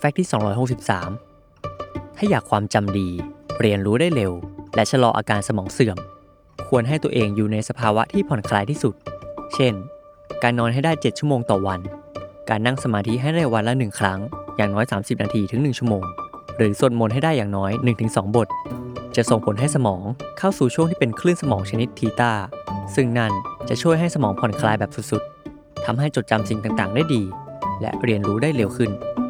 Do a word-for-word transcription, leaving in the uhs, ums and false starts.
แฟกต์ที่สองร้อยหกสิบสามถ้าอยากความจำดีเรียนรู้ได้เร็วและชะลออาการสมองเสื่อมควรให้ตัวเองอยู่ในสภาวะที่ผ่อนคลายที่สุดเช่นการนอนให้ได้เจ็ดชั่วโมงต่อวันการนั่งสมาธิให้ได้วันละหนึ่งครั้งอย่างน้อยสามสิบนาทีถึงหนึ่งชั่วโมงหรือสวดมนต์ให้ได้อย่างน้อย หนึ่งถึงสอง บทจะส่งผลให้สมองเข้าสู่ช่วงที่เป็นคลื่นสมองชนิดทีตาซึ่งนั่นจะช่วยให้สมองผ่อนคลายแบบสุดๆทำให้จดจำสิ่งต่างๆได้ดีและเรียนรู้ได้เร็วขึ้น